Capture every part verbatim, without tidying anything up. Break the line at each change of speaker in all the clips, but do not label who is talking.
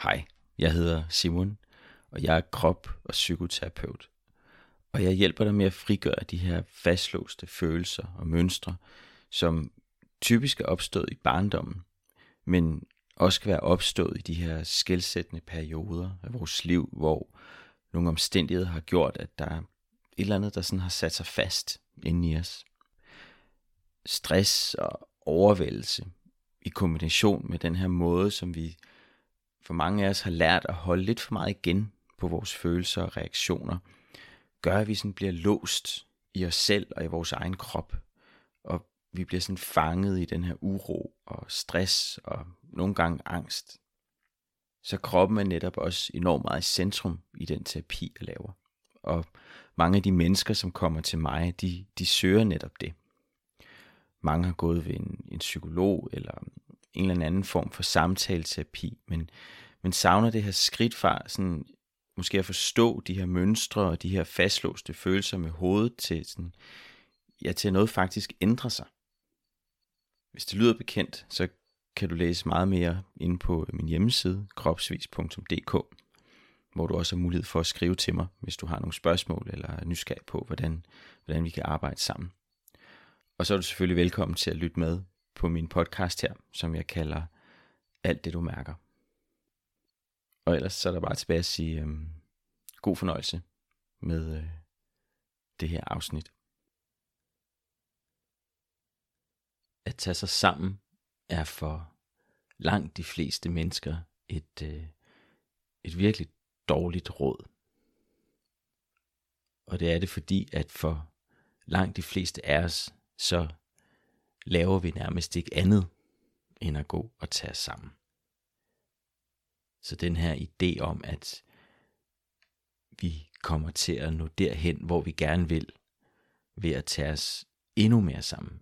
Hej, jeg hedder Simon, og jeg er krop- og psykoterapeut. Og jeg hjælper dig med at frigøre de her fastlåste følelser og mønstre, som typisk er opstået i barndommen, men også kan være opstået i de her skelsættende perioder af vores liv, hvor nogle omstændigheder har gjort, at der er et eller andet, der sådan har sat sig fast inde i os. Stress og overvældelse i kombination med den her måde, som vi for mange af os har lært at holde lidt for meget igen på vores følelser og reaktioner, gør, at vi sådan bliver låst i os selv og i vores egen krop. Og vi bliver sådan fanget i den her uro og stress og nogle gange angst. Så kroppen er netop også enormt meget i centrum i den terapi, jeg laver. Og mange af de mennesker, som kommer til mig, de, de søger netop det. Mange har gået ved en, en psykolog eller en eller anden form for samtaleterapi, men, men savner det her skridt fra sådan, måske at forstå de her mønstre og de her fastlåste følelser med hovedet til, sådan, ja, til at noget faktisk ændrer sig. Hvis det lyder bekendt, så kan du læse meget mere inde på min hjemmeside, kropsvis punktum d k, hvor du også har mulighed for at skrive til mig, hvis du har nogle spørgsmål eller er nysgerrig på, hvordan, hvordan vi kan arbejde sammen. Og så er du selvfølgelig velkommen til at lytte med på min podcast her, som jeg kalder Alt det du mærker. Og ellers så er der bare tilbage at sige øhm, god fornøjelse med øh, det her afsnit. At tage sig sammen er for langt de fleste mennesker et, øh, et virkelig dårligt råd. Og det er det fordi, at for langt de fleste af os, så laver vi nærmest ikke andet end at gå og tage os sammen. Så den her idé om, at vi kommer til at nå derhen, hvor vi gerne vil, ved at tage os endnu mere sammen,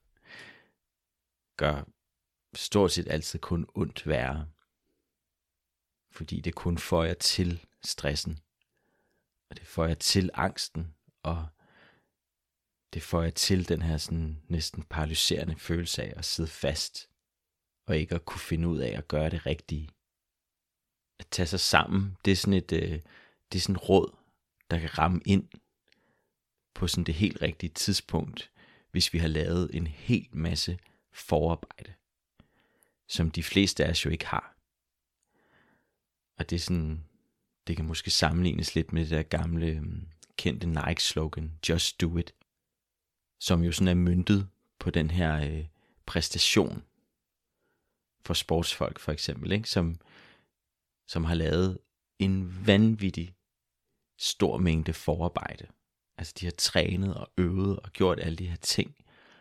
gør stort set altid kun ondt værre. Fordi det kun føjer til stressen, og det føjer til angsten, og det føjer til den her sådan næsten paralyserende følelse af at sidde fast, og ikke at kunne finde ud af at gøre det rigtige. At tage sig sammen, det er sådan et, øh, det er sådan et råd, der kan ramme ind på sådan det helt rigtige tidspunkt, hvis vi har lavet en hel masse forarbejde, som de fleste af os jo ikke har. Og det er sådan, det kan måske sammenlignes lidt med det der gamle, kendte Nike-slogan, Just Do It, som jo sådan er møntet på den her øh, præstation for sportsfolk for eksempel, ikke? Som, som har lavet en vanvittig stor mængde forarbejde. Altså de har trænet og øvet og gjort alle de her ting.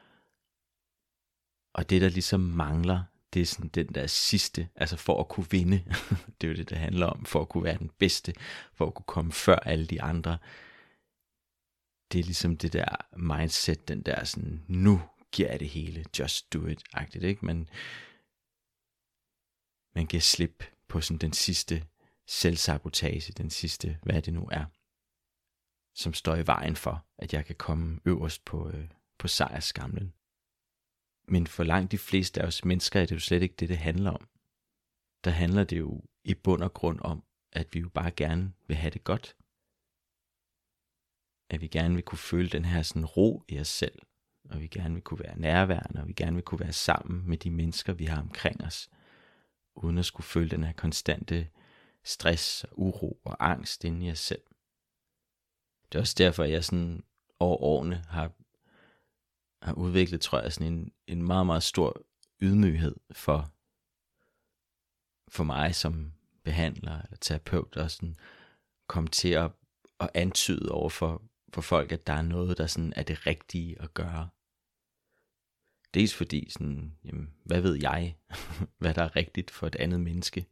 Og det der ligesom mangler, det er sådan den der sidste, altså for at kunne vinde, det er jo det, det handler om, for at kunne være den bedste, for at kunne komme før alle de andre. Det er ligesom det der mindset, den der sådan, nu giver jeg det hele, just do it-agtigt, ikke? Men man giver slip på sådan den sidste selvsabotage, den sidste, hvad det nu er, som står i vejen for, at jeg kan komme øverst på, øh, på sejrskamlen. Men for langt de fleste af os mennesker er det jo slet ikke det, det handler om. Der handler det jo i bund og grund om, at vi jo bare gerne vil have det godt. At vi gerne vil kunne føle den her sådan ro i os selv, og vi gerne vil kunne være nærværende, og vi gerne vil kunne være sammen med de mennesker, vi har omkring os, uden at skulle føle den her konstante stress, uro og angst inde i os selv. Det er også derfor, at jeg sådan over årene har, har udviklet, tror jeg, sådan en, en meget, meget stor ydmyghed for, for mig som behandler eller terapeut, og sådan komme til at, at antyde over for, for folk, at der er noget, der sådan er det rigtige at gøre. Dels fordi, sådan, jamen, hvad ved jeg, hvad der er rigtigt for et andet menneske.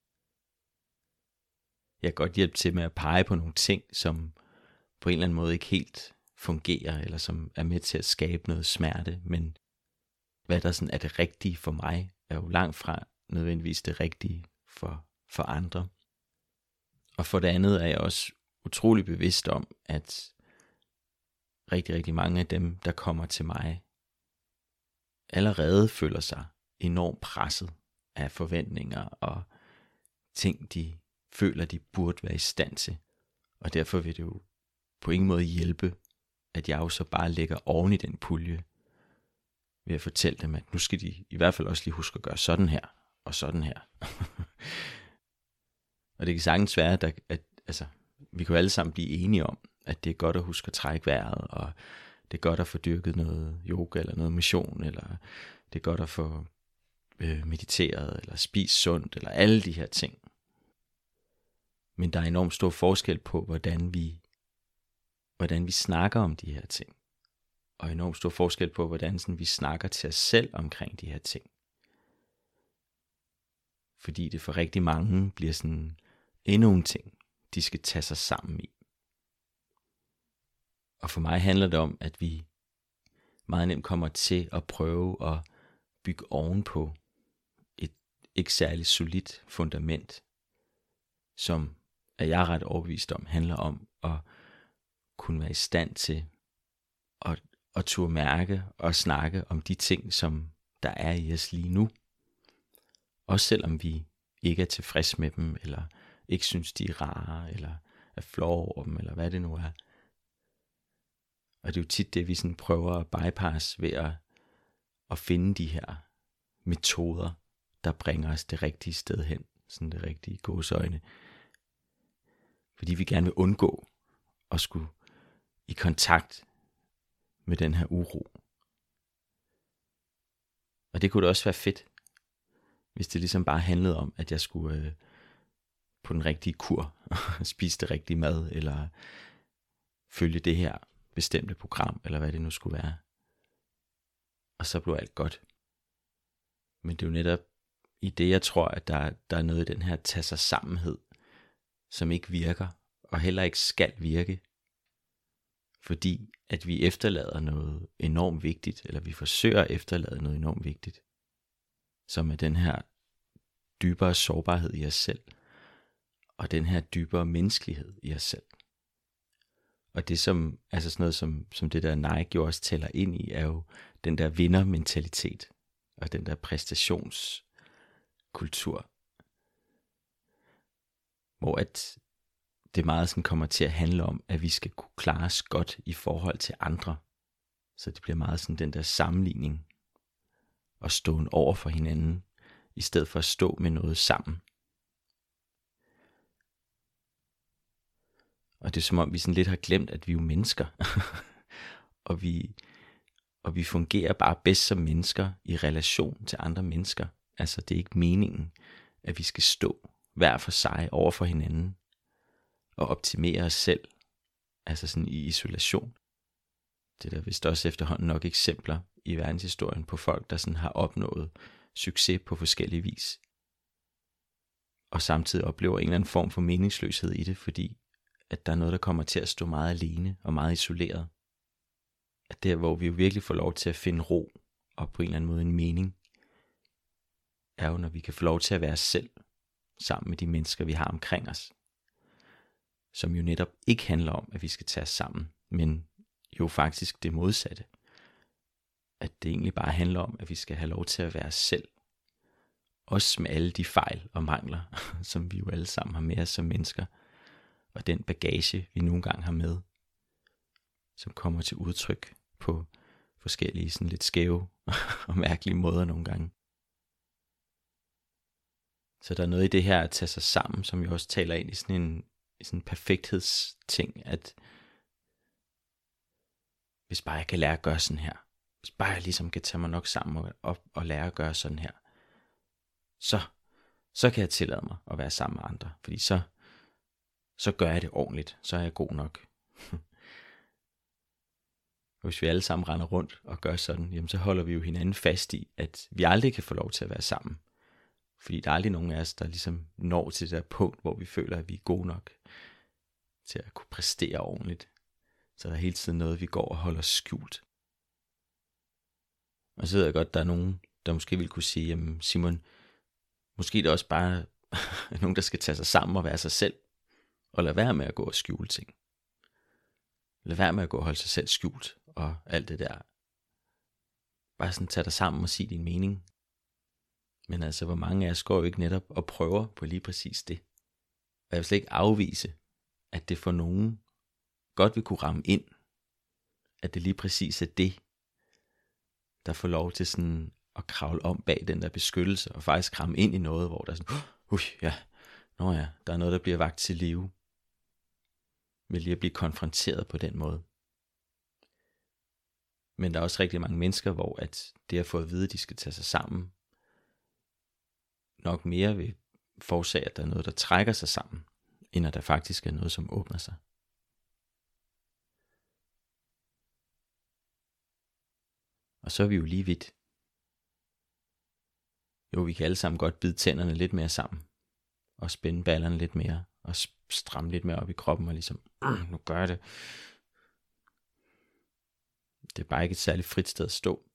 Jeg kan godt hjælpe til med at pege på nogle ting, som på en eller anden måde ikke helt fungerer, eller som er med til at skabe noget smerte, men hvad der sådan er det rigtige for mig, er jo langt fra nødvendigvis det rigtige for, for andre. Og for det andet er jeg også utrolig bevidst om, at rigtig, rigtig mange af dem, der kommer til mig, allerede føler sig enormt presset af forventninger og ting, de føler, de burde være i stand til. Og derfor vil det jo på ingen måde hjælpe, at jeg jo så bare lægger oven i den pulje, ved at fortælle dem, at nu skal de i hvert fald også lige huske at gøre sådan her, og sådan her. Og det kan sagtens være, at, at altså, vi kan jo alle sammen blive enige om, at det er godt at huske at trække vejret, og det er godt at få dyrket noget yoga, eller noget motion, eller det er godt at få øh, mediteret, eller spist sundt, eller alle de her ting. Men der er enormt stor forskel på, hvordan vi, hvordan vi snakker om de her ting. Og enormt stor forskel på, hvordan sådan, vi snakker til os selv omkring de her ting. Fordi det for rigtig mange bliver sådan endnu en ting, de skal tage sig sammen i. Og for mig handler det om, at vi meget nemt kommer til at prøve at bygge ovenpå et ikke særligt solidt fundament, som er jeg ret overbevist om, handler om at kunne være i stand til at, at turde mærke og snakke om de ting, som der er i os lige nu. Også selvom vi ikke er tilfreds med dem, eller ikke synes de er rare, eller er flove over dem, eller hvad det nu er. Og det er jo tit det, vi sådan prøver at bypasse ved at, at finde de her metoder, der bringer os det rigtige sted hen, sådan det rigtige gåseøjne. Fordi vi gerne vil undgå at skulle i kontakt med den her uro. Og det kunne da også være fedt, hvis det ligesom bare handlede om, at jeg skulle øh, på den rigtige kur, spise det rigtige mad, eller følge det her bestemte program, eller hvad det nu skulle være. Og så blev alt godt. Men det er jo netop i det, jeg tror, at der, der er noget i den her tage sig sammenhed, som ikke virker, og heller ikke skal virke. Fordi at vi efterlader noget enormt vigtigt, eller vi forsøger at efterlade noget enormt vigtigt, som er den her dybere sårbarhed i os selv, og den her dybere menneskelighed i os selv. Og det som, altså sådan noget som, som det der Nike jo også tæller ind i, er jo den der vindermentalitet, og den der præstationskultur, hvor at det meget sådan kommer til at handle om, at vi skal kunne klare os godt i forhold til andre. Så det bliver meget sådan den der sammenligning, og ståen over for hinanden, i stedet for at stå med noget sammen. Og det er som om vi sådan lidt har glemt, at vi er jo mennesker. og, vi, og vi fungerer bare bedst som mennesker i relation til andre mennesker. Altså det er ikke meningen, at vi skal stå hver for sig over for hinanden, og optimere os selv, altså sådan i isolation. Det er der vist også efterhånden nok eksempler i verdenshistorien på folk, der sådan har opnået succes på forskellige vis, og samtidig oplever en eller anden form for meningsløshed i det, fordi at der er noget, der kommer til at stå meget alene og meget isoleret. At der, hvor vi jo virkelig får lov til at finde ro og på en eller anden måde en mening, er jo, når vi kan få lov til at være os selv sammen med de mennesker, vi har omkring os. Som jo netop ikke handler om, at vi skal tage os sammen, men jo faktisk det modsatte. At det egentlig bare handler om, at vi skal have lov til at være os selv. Også med alle de fejl og mangler, som vi jo alle sammen har med os som mennesker. Og den bagage, vi nogle gange har med, som kommer til udtryk på forskellige sådan lidt skæve og mærkelige måder nogle gange. Så der er noget i det her at tage sig sammen, som jo også taler ind i sådan en, i sådan en perfekthedsting, at hvis bare jeg kan lære at gøre sådan her, hvis bare jeg ligesom kan tage mig nok sammen og, og lære at gøre sådan her, så, så kan jeg tillade mig at være sammen med andre, fordi så, så gør jeg det ordentligt, så er jeg god nok. Og hvis vi alle sammen render rundt og gør sådan, jamen så holder vi jo hinanden fast i, at vi aldrig kan få lov til at være sammen. Fordi der er aldrig nogen af os, der ligesom når til det der punkt, hvor vi føler, at vi er gode nok til at kunne præstere ordentligt. Så der er hele tiden noget, vi går og holder skjult. Og så ved jeg godt, der er nogen, der måske vil kunne sige, jamen Simon, måske er det også bare nogen, der skal tage sig sammen og være sig selv, og lade være med at gå og skjule ting. Lad være med at gå og holde sig selv skjult, og alt det der. Bare sådan tage dig sammen og sige din mening. Men altså, hvor mange af os går jo ikke netop og prøver på lige præcis det. Og jeg vil slet ikke afvise, at det for nogen godt vil kunne ramme ind, at det lige præcis er det, der får lov til sådan at kravle om bag den der beskyttelse, og faktisk ramme ind i noget, hvor der er sådan, uh, ja, nå ja, der er noget, der bliver vakt til live, ved lige at blive konfronteret på den måde. Men der er også rigtig mange mennesker, hvor at det at få at vide, at de skal tage sig sammen, nok mere vil forårsage, at der er noget, der trækker sig sammen, end at der faktisk er noget, som åbner sig. Og så er vi jo lige vidt. Jo, vi kan alle sammen godt bide tænderne lidt mere sammen, og spænde ballerne lidt mere, og stramme lidt mere op i kroppen, og ligesom, nu gør jeg det. Det er bare ikke et særligt frit sted at stå.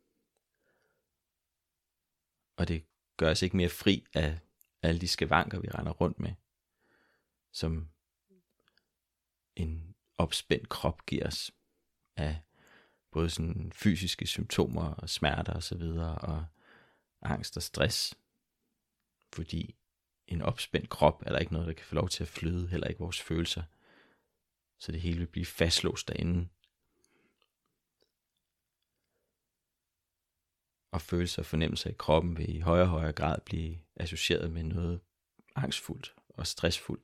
Og det gør os ikke mere fri af alle de skavanker, vi render rundt med, som en opspændt krop giver os af både sådan fysiske symptomer og smerter og så videre, og angst og stress. Fordi en opspændt krop er der ikke noget, der kan få lov til at flyde, heller ikke vores følelser. Så det hele vil blive fastlåst derinde. Og følelser og fornemmelser i kroppen vil i højere og højere grad blive associeret med noget angstfuldt og stressfuldt.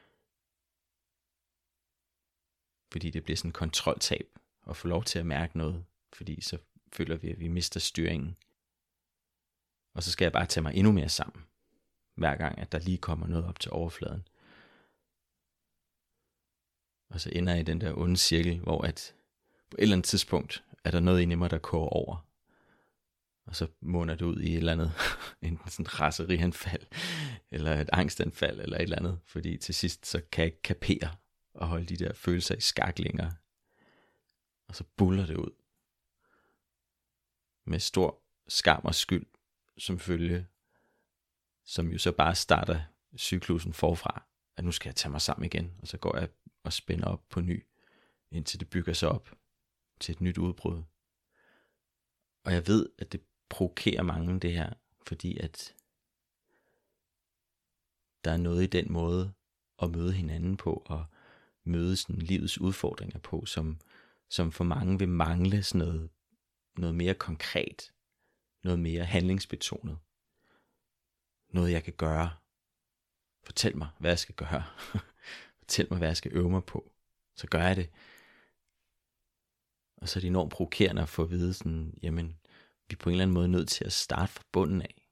Fordi det bliver sådan en kontroltab at få lov til at mærke noget. Fordi så føler vi, at vi mister styringen. Og så skal jeg bare tage mig endnu mere sammen, hver gang at der lige kommer noget op til overfladen. Og så ender jeg i den der onde cirkel, hvor at på et eller andet tidspunkt er der noget inde i mig, der koger over. Og så munder det ud i et eller andet, enten sådan et raserianfald, eller et angstanfald, eller et eller andet. Fordi til sidst, så kan jeg ikke kapere og holde de der følelser i skak længere. Og så buller det ud. Med stor skam og skyld som følge, som jo så bare starter cyklusen forfra. At nu skal jeg tage mig sammen igen, og så går jeg og spænder op på ny, indtil det bygger sig op til et nyt udbrud. Og jeg ved, at det provokerer mange det her, fordi at der er noget i den måde at møde hinanden på, og møde sådan livets udfordringer på, som, som for mange vil mangle sådan noget, noget mere konkret, noget mere handlingsbetonet, noget jeg kan gøre. Fortæl mig, hvad jeg skal gøre. Fortæl mig, hvad jeg skal øve mig på. Så gør jeg det. Og så er det enormt provokerende at få at vide sådan, jamen, vi er på en eller anden måde nødt til at starte fra bunden af.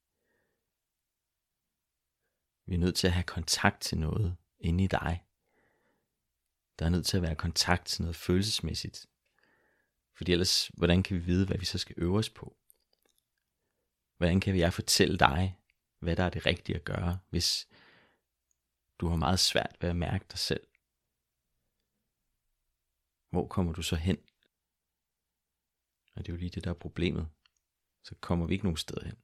Vi er nødt til at have kontakt til noget inde i dig. Der er nødt til at være kontakt til noget følelsesmæssigt. Fordi ellers, hvordan kan vi vide, hvad vi så skal øve os på? Hvordan kan jeg fortælle dig, hvad der er det rigtige at gøre, hvis du har meget svært ved at mærke dig selv? Hvor kommer du så hen? Og det er jo lige det, der er problemet. Så kommer vi ikke nogen steder hen.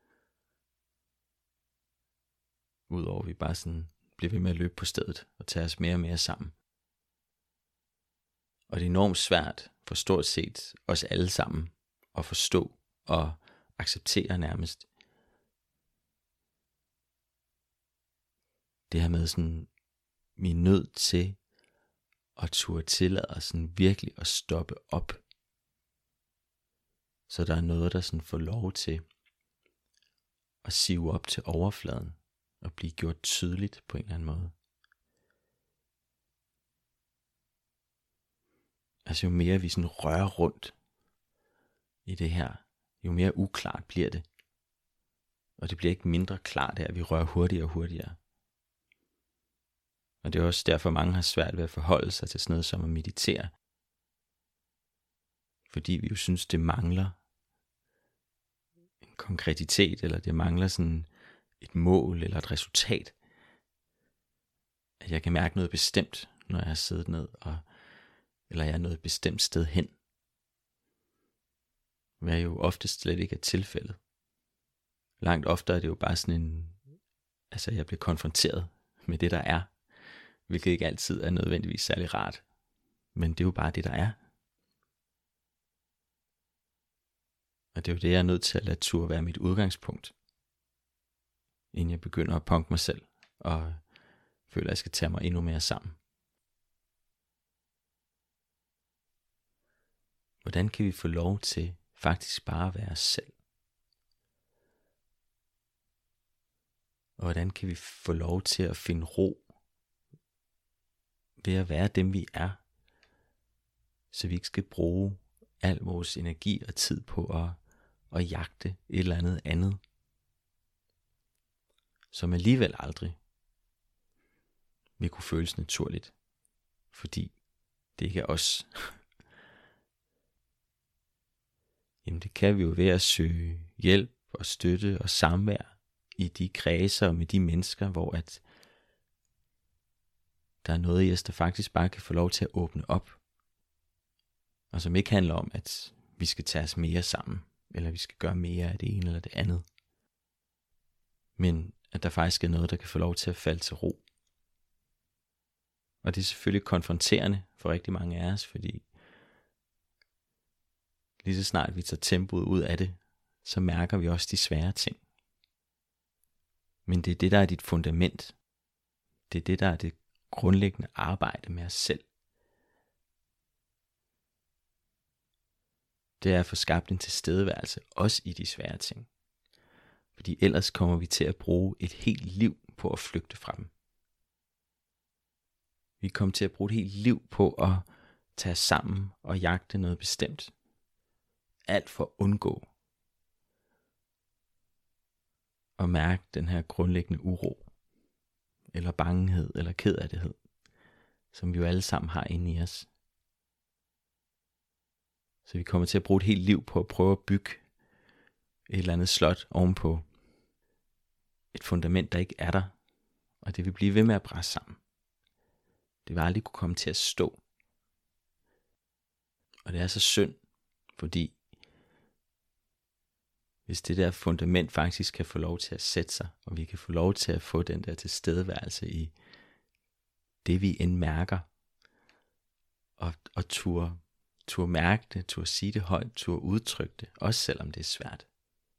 Udover at vi bare sådan bliver ved med at løbe på stedet og tage os mere og mere sammen. Og det er enormt svært for stort set os alle sammen at forstå og acceptere nærmest. Det her med sådan, vi er nødt til at turde tillade os sådan virkelig at stoppe op. Så der er noget, der sådan får lov til at sive op til overfladen og blive gjort tydeligt på en eller anden måde. Altså jo mere vi sådan rører rundt i det her, jo mere uklart bliver det. Og det bliver ikke mindre klart af, at vi rører hurtigere og hurtigere. Og det er også derfor, mange har svært ved at forholde sig til sådan noget som at meditere. Fordi vi jo synes, det mangler en konkretitet, eller det mangler sådan et mål eller et resultat. At jeg kan mærke noget bestemt, når jeg har siddet ned, og, eller jeg er noget bestemt sted hen. Hvad jo oftest slet ikke er tilfældet. Langt oftere er det jo bare sådan en, altså jeg bliver konfronteret med det der er, hvilket ikke altid er nødvendigvis særlig rart. Men det er jo bare det der er. Og det er jo det, jeg er nødt til at lade tur være mit udgangspunkt, inden jeg begynder at punke mig selv, og føler, at jeg skal tage mig endnu mere sammen. Hvordan kan vi få lov til faktisk bare at være os selv? Og hvordan kan vi få lov til at finde ro ved at være dem, vi er, så vi ikke skal bruge al vores energi og tid på at, at jagte et eller andet andet, som alligevel aldrig vil kunne føles naturligt, fordi det ikke er os. Jamen det kan vi jo ved at søge hjælp og støtte og samvær i de kredser og med de mennesker, hvor at der er noget i os, der faktisk bare kan få lov til at åbne op. Og som ikke handler om, at vi skal tage os mere sammen, eller vi skal gøre mere af det ene eller det andet. Men at der faktisk er noget, der kan få lov til at falde til ro. Og det er selvfølgelig konfronterende for rigtig mange af os, fordi lige så snart vi tager tempoet ud af det, så mærker vi også de svære ting. Men det er det, der er dit fundament. Det er det, der er det grundlæggende arbejde med os selv. Det er at få skabt en tilstedeværelse, også i de svære ting. Fordi ellers kommer vi til at bruge et helt liv på at flygte fra dem. Vi kommer til at bruge et helt liv på at tage os sammen og jagte noget bestemt. Alt for at undgå at mærke den her grundlæggende uro, eller bangehed, eller kederlighed, som vi jo alle sammen har inde i os. Så vi kommer til at bruge et helt liv på at prøve at bygge et eller andet slot ovenpå et fundament, der ikke er der, og det vil blive ved med at presse sammen. Det vil aldrig kunne komme til at stå. Og det er så synd, fordi hvis det der fundament faktisk kan få lov til at sætte sig, og vi kan få lov til at få den der tilstedeværelse i det, vi end mærker, og, og turde, turde mærke det, turde sige det højt, turde udtrykke det, også selvom det er svært,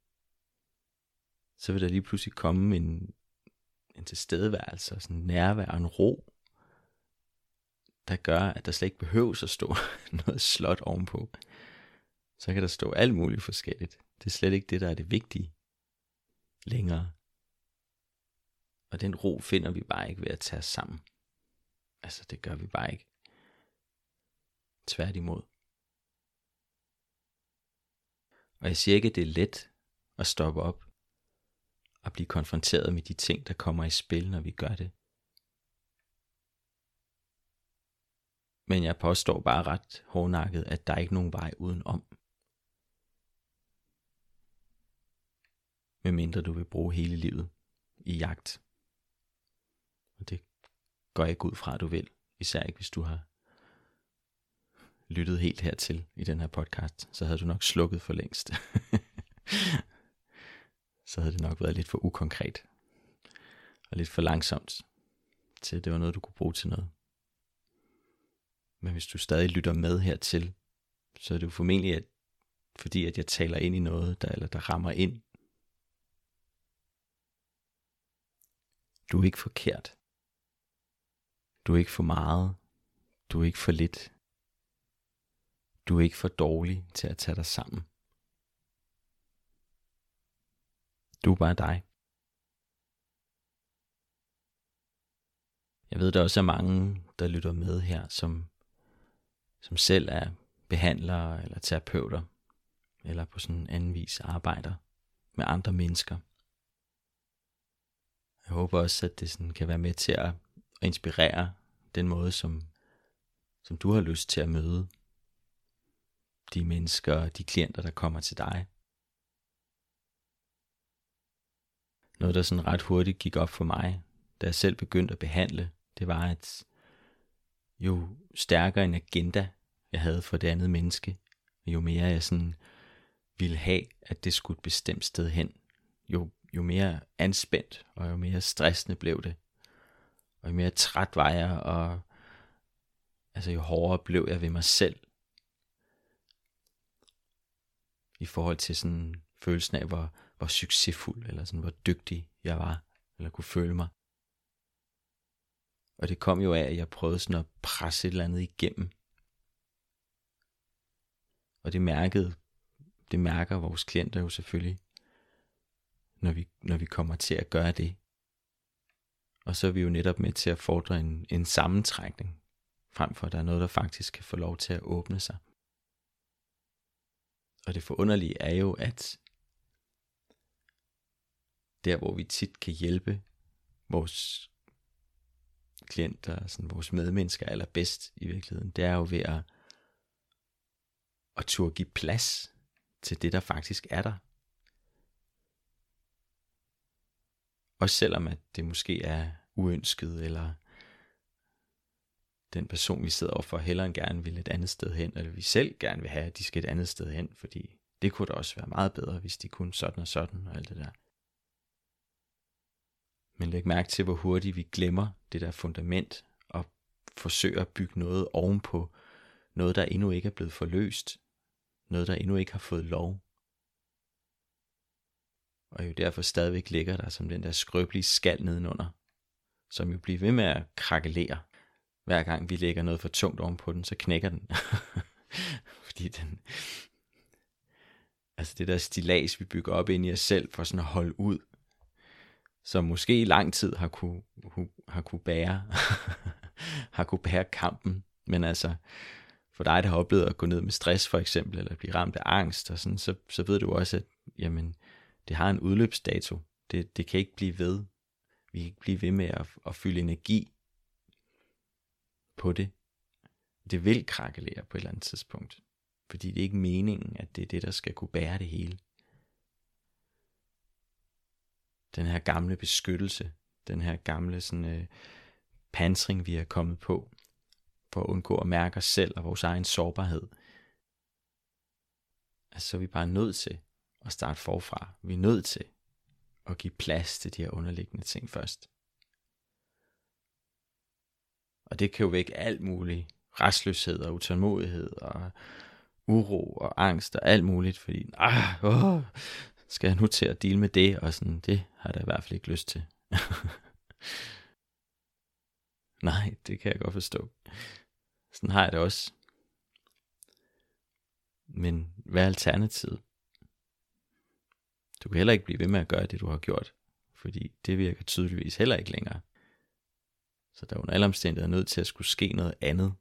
så vil der lige pludselig komme en, en tilstedeværelse, og sådan en nærvær og en ro, der gør, at der slet ikke behøves at stå noget slot ovenpå. Så kan der stå alt muligt forskelligt. Det er slet ikke det, der er det vigtige længere. Og den ro finder vi bare ikke ved at tage os sammen. Altså det gør vi bare ikke. Tværtimod. Og jeg siger ikke, at det er let at stoppe op og blive konfronteret med de ting, der kommer i spil, når vi gør det. Men jeg påstår bare ret hårdnakket, at der er ikke nogen vej udenom. Medmindre du vil bruge hele livet i jagt. Og det går jeg ikke ud fra, at du vil. Især ikke, hvis du har lyttet helt hertil i den her podcast. Så havde du nok slukket for længst. Så havde det nok været lidt for ukonkret. Og lidt for langsomt. Til at det var noget, du kunne bruge til noget. Men hvis du stadig lytter med hertil, så er det jo formentlig, at, fordi at jeg taler ind i noget, der, eller der rammer ind. Du er ikke forkert. Du er ikke for meget. Du er ikke for lidt. Du er ikke for dårlig til at tage dig sammen. Du er bare dig. Jeg ved, der også er mange, der lytter med her, som, som selv er behandlere eller terapeuter, eller på sådan en anden vis arbejder med andre mennesker. Jeg håber også, at det sådan kan være med til at inspirere den måde, som, som du har lyst til at møde de mennesker og de klienter, der kommer til dig. Noget, der sådan ret hurtigt gik op for mig, da jeg selv begyndte at behandle, det var, at jo stærkere en agenda jeg havde for det andet menneske, jo mere jeg sådan ville have, at det skulle et bestemt sted hen, jo, jo mere anspændt og jo mere stressende blev det, og jo mere træt var jeg, og altså jo hårdere blev jeg ved mig selv. i forhold til sådan følelsen af, hvor, hvor succesfuld, eller sådan, hvor dygtig jeg var, eller kunne føle mig. Og det kom jo af, at jeg prøvede sådan at presse et eller andet igennem. Og det mærkede, det mærker vores klienter jo selvfølgelig, når vi, når vi kommer til at gøre det. Og så er vi jo netop med til at fordre en, en sammentrækning, frem for at der er noget, der faktisk kan få lov til at åbne sig. Og det forunderlige er jo, at der hvor vi tit kan hjælpe vores klienter, sådan vores medmennesker allerbedst i virkeligheden, det er jo ved at, at turde give plads til det, der faktisk er der. Også selvom at det måske er uønsket, eller den person, vi sidder overfor, hellere end gerne vil et andet sted hen, eller vi selv gerne vil have, at de skal et andet sted hen, fordi det kunne da også være meget bedre, hvis de kunne sådan og sådan, og alt det der. Men læg mærke til, hvor hurtigt vi glemmer det der fundament, og forsøger at bygge noget ovenpå, noget der endnu ikke er blevet forløst, noget der endnu ikke har fået lov. Og jo derfor stadigvæk ligger der som den der skrøbelige skal nedenunder, som jo bliver ved med at krakelere. Hver gang vi lægger noget for tungt ovenpå den, så knækker den. Fordi den, altså det der stillads, vi bygger op ind i os selv, for sådan at holde ud, som måske i lang tid har kunne, har kunne bære, har kunne bære kampen. Men altså, for dig, der har oplevet at gå ned med stress for eksempel, eller blive ramt af angst, og sådan, så, så ved du også, at jamen, det har en udløbsdato. Det, det kan ikke blive ved. Vi kan ikke blive ved med at, at fylde energi på det. Det vil krakelere på et eller andet tidspunkt. Fordi det er ikke meningen, at det er det, der skal kunne bære det hele. Den her gamle beskyttelse, den her gamle sådan, øh, pansring, vi er kommet på, for at undgå at mærke os selv og vores egen sårbarhed. Altså så er vi bare nødt til at starte forfra. Vi er nødt til at give plads til de her underliggende ting først. Og det kan jo vække alt muligt restløshed og utålmodighed og uro og angst og alt muligt, fordi ah, åh, skal jeg nu til at deale med det, og sådan, det har jeg da i hvert fald ikke lyst til. Nej, det kan jeg godt forstå. Sådan har jeg det også. Men hvad er alternativet? Du kan heller ikke blive ved med at gøre det, du har gjort, fordi det virker tydeligvis heller ikke længere. Så der er under alle omstændigheder nødt til at skulle ske noget andet.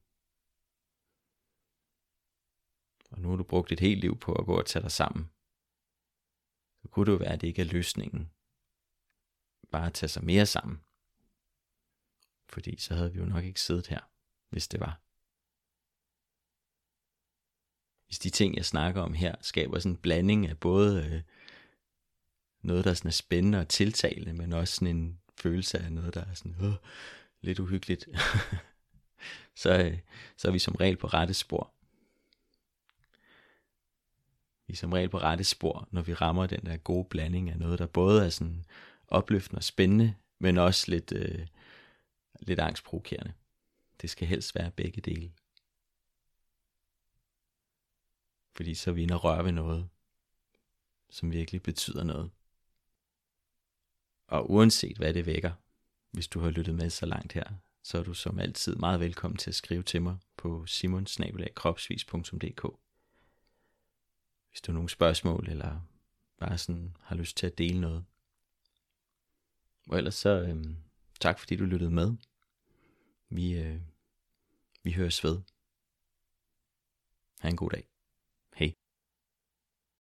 Og nu har du brugt et helt liv på at gå og tage dig sammen. Så kunne det jo være, at det ikke er løsningen. Bare at tage sig mere sammen. Fordi så havde vi jo nok ikke siddet her, hvis det var. Hvis de ting, jeg snakker om her, skaber sådan en blanding af både øh, noget, der sådan er spændende og tiltalende, men også sådan en følelse af noget, der er sådan øh, lidt uhyggeligt, så, øh, så er vi som regel på rette spor. Vi er som regel på rette spor, når vi rammer den der gode blanding af noget, der både er sådan opløftende og spændende, men også lidt, øh, lidt angstprovokerende. Det skal helst være begge dele. Fordi så er vi inde og røre ved noget, som virkelig betyder noget. Og uanset hvad det vækker, hvis du har lyttet med så langt her, så er du som altid meget velkommen til at skrive til mig på simon bindestreg kropsvis punktum d k. Hvis du har nogle spørgsmål, eller bare sådan har lyst til at dele noget. Og ellers så øhm, tak fordi du lyttede med. Vi, øh, vi høres ved. Ha' en god dag.